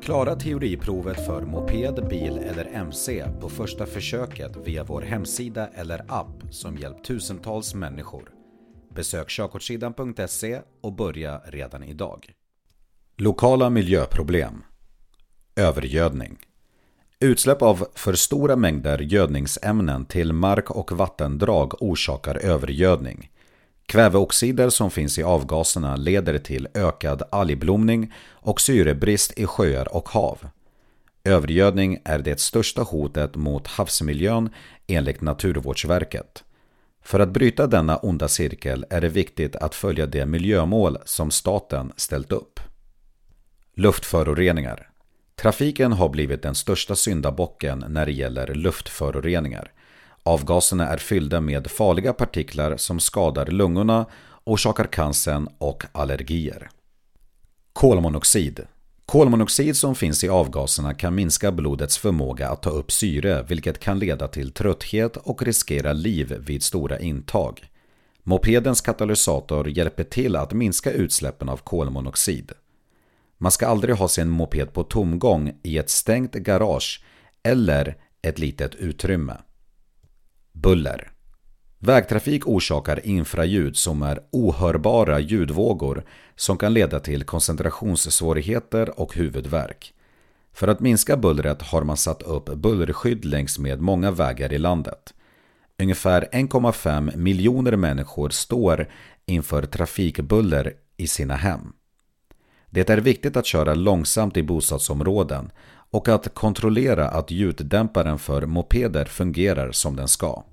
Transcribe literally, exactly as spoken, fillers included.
Klara teoriprovet för moped, bil eller M C på första försöket via vår hemsida eller app som hjälpt tusentals människor. Besök körkortssidan punkt se och börja redan idag. Lokala miljöproblem. Övergödning. Utsläpp av för stora mängder gödningsämnen till mark- och vattendrag orsakar övergödning. Kväveoxider som finns i avgaserna leder till ökad algblomning och syrebrist i sjöar och hav. Övergödning är det största hotet mot havsmiljön enligt Naturvårdsverket. För att bryta denna onda cirkel är det viktigt att följa de miljömål som staten ställt upp. Luftföroreningar. Trafiken har blivit den största syndabocken när det gäller luftföroreningar. Avgaserna är fyllda med farliga partiklar som skadar lungorna, orsakar cancer och allergier. Kolmonoxid. Kolmonoxid som finns i avgaserna kan minska blodets förmåga att ta upp syre, vilket kan leda till trötthet och riskera liv vid stora intag. Mopedens katalysator hjälper till att minska utsläppen av kolmonoxid. Man ska aldrig ha sin moped på tomgång i ett stängt garage eller ett litet utrymme. Buller. Vägtrafik orsakar infraljud som är ohörbara ljudvågor som kan leda till koncentrationssvårigheter och huvudvärk. För att minska bullret har man satt upp bullerskydd längs med många vägar i landet. Ungefär en komma fem miljoner människor står inför trafikbuller i sina hem. Det är viktigt att köra långsamt i bostadsområden och att kontrollera att ljuddämparen för mopeder fungerar som den ska.